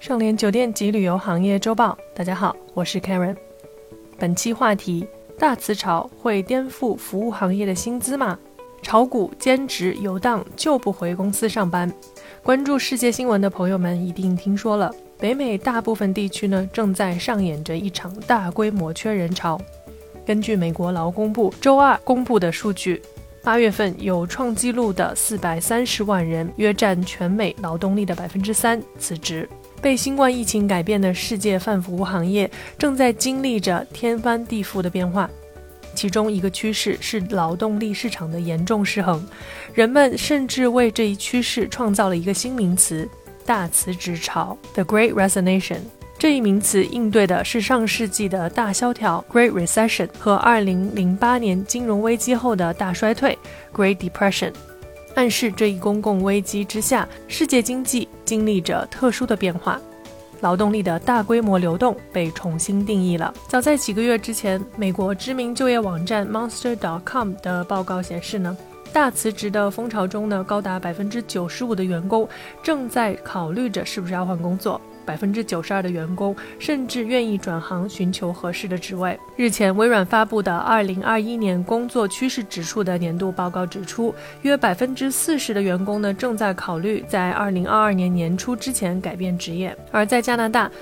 盛联酒店及旅游行业周报，大家好，我是 Karen。 本期话题：大辞潮会颠覆服务行业的薪资吗？炒股、兼职、游荡就不回公司上班。关注世界新闻的朋友们一定听说了，北美大部分地区呢正在上演着一场大规模缺人潮。根据美国劳工部周二公布的数据，8月份有创纪录的430万人，约占全美劳动力的 3% 辞职。被新冠疫情改变的世界泛服务行业正在经历着天翻地覆的变化，其中一个趋势是劳动力市场的严重失衡，人们甚至为这一趋势创造了一个新名词——大辞职潮 The Great Resignation。这一名词应对的是上世纪的大萧条 Great Recession 和2008年金融危机后的大衰退 Great Depression， 暗示这一公共危机之下，世界经济经历着特殊的变化，劳动力的大规模流动被重新定义了。早在几个月之前，美国知名就业网站 Monster.com 的报告显示呢，大辞职的风潮中呢，高达 95% 的员工正在考虑着是不是要换工作。92%的员工甚至愿意转行寻求合适的职位。日前微软发布的2021年工作趋势指数的年度报告指出，约 40% 的员工呢正在考虑在2022年年初之前改变职业。而在加拿大，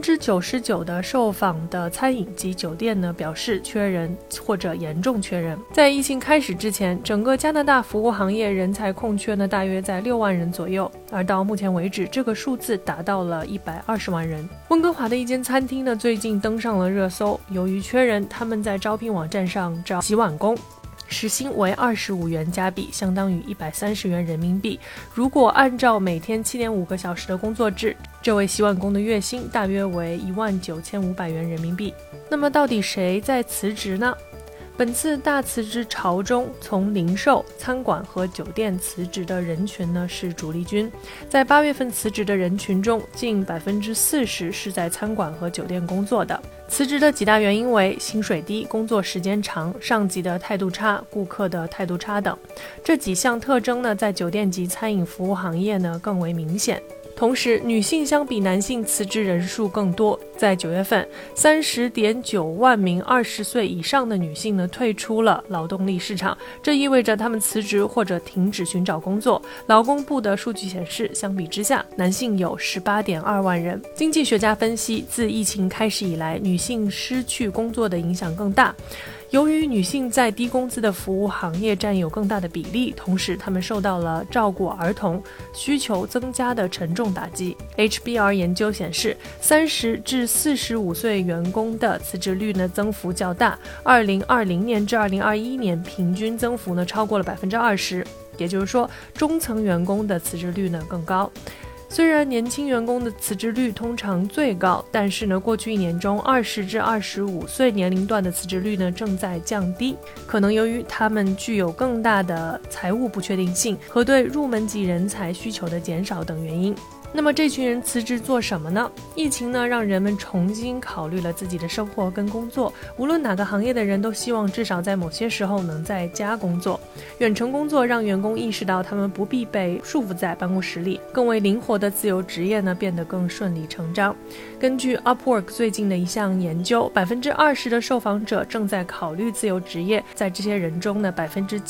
99% 的受访的餐饮及酒店呢表示缺人或者严重缺人。在疫情开始之前，整个加拿大服务行业人才空缺呢大约在6万人左右，而到目前为止，这个数字达到了120万人。温哥华的一间餐厅呢最近登上了热搜，由于缺人，他们在招聘网站上招洗碗工，时薪为25元加币，相当于130元人民币。如果按照每天7.5个小时的工作制，这位洗碗工的月薪大约为19500元人民币。那么到底谁在辞职呢？本次大辞职潮中，从零售、餐馆和酒店辞职的人群呢是主力军。在8月份辞职的人群中，近 40% 是在餐馆和酒店工作的。辞职的几大原因为薪水低、工作时间长、上级的态度差、顾客的态度差等。这几项特征呢，在酒店及餐饮服务行业呢更为明显。同时，女性相比男性辞职人数更多。在9月份，30.9万名20岁以上的女性呢退出了劳动力市场，这意味着她们辞职或者停止寻找工作。劳工部的数据显示，相比之下，男性有 18.2万人。经济学家分析，自疫情开始以来，女性失去工作的影响更大。由于女性在低工资的服务行业占有更大的比例，同时她们受到了照顾儿童需求增加的沉重打击。HBR 研究显示，30至45岁员工的辞职率呢增幅较大，2020年至2021年平均增幅呢超过了 20%， 也就是说，中层员工的辞职率呢更高。虽然年轻员工的辞职率通常最高，但是呢，过去1年中20至25岁年龄段的辞职率呢正在降低，可能由于他们具有更大的财务不确定性和对入门级人才需求的减少等原因。那么这群人辞职做什么呢？疫情呢让人们重新考虑了自己的生活跟工作，无论哪个行业的人都希望至少在某些时候能在家工作。远程工作让员工意识到他们不必被束缚在办公室里，更为灵活的自由职业呢变得更顺理成章。根据 Upwork 最近的一项研究， 20% 的受访者正在考虑自由职业，在这些人中呢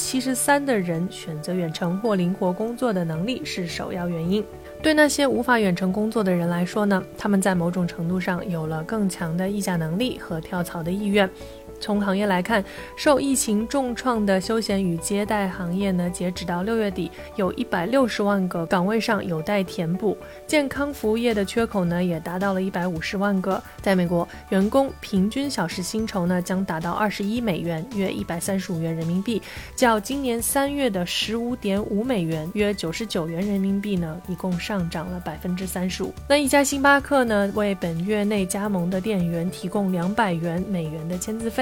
73% 的人选择远程或灵活工作的能力是首要原因。对那些无法远程工作的人来说呢，他们在某种程度上有了更强的议价能力和跳槽的意愿。从行业来看，受疫情重创的休闲与接待行业呢，截止到6月底，有160万个岗位上有待填补。健康服务业的缺口呢，也达到了150万个。在美国，员工平均小时薪酬呢，将达到21美元，约135元人民币，较今年3月的15.5美元，约99元人民币呢，一共上涨了 35%。那一家星巴克呢，为本月内加盟的店员提供200元美元的签字费。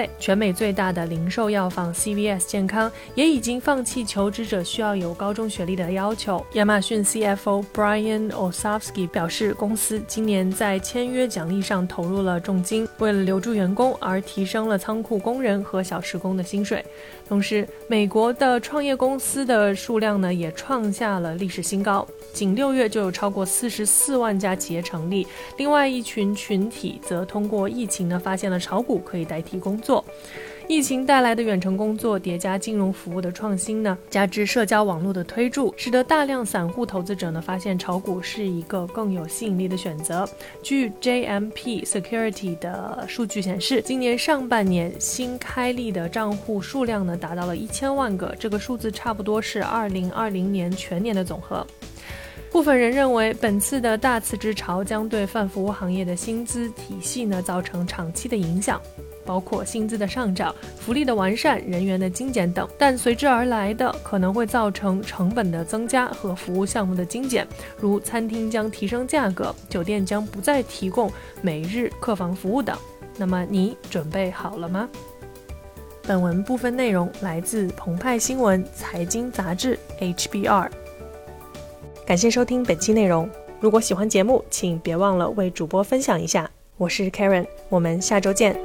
全美最大的零售药房 CVS 健康也已经放弃求职者需要有高中学历的要求。亚马逊 CFO Brian Olsavsky 表示，公司今年在签约奖励上投入了重金，为了留住员工而提升了仓库工人和小时工的薪水。同时，美国的创业公司的数量呢也创下了历史新高，仅6月就有超过44万家企业成立。另外一群体则通过疫情呢发现了炒股可以代替工作。疫情带来的远程工作叠加金融服务的创新呢，加之社交网络的推助，使得大量散户投资者呢发现炒股是一个更有吸引力的选择。据 JMP Security 的数据显示，今年上半年新开立的账户数量呢达到了1000万个，这个数字差不多是2020年全年的总和。部分人认为，本次的大辞职潮将对泛服务行业的薪资体系呢造成长期的影响，包括薪资的上涨、福利的完善、人员的精简等，但随之而来的可能会造成成本的增加和服务项目的精简，如餐厅将提升价格，酒店将不再提供每日客房服务等。那么你准备好了吗？本文部分内容来自澎湃新闻财经杂志 HBR。感谢收听本期内容，如果喜欢节目，请别忘了为主播分享一下。我是 Karen， 我们下周见。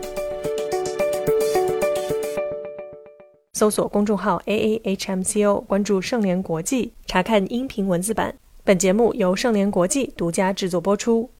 搜索公众号 AAHMCO， 关注盛联国际，查看音频文字版。本节目由盛联国际独家制作播出。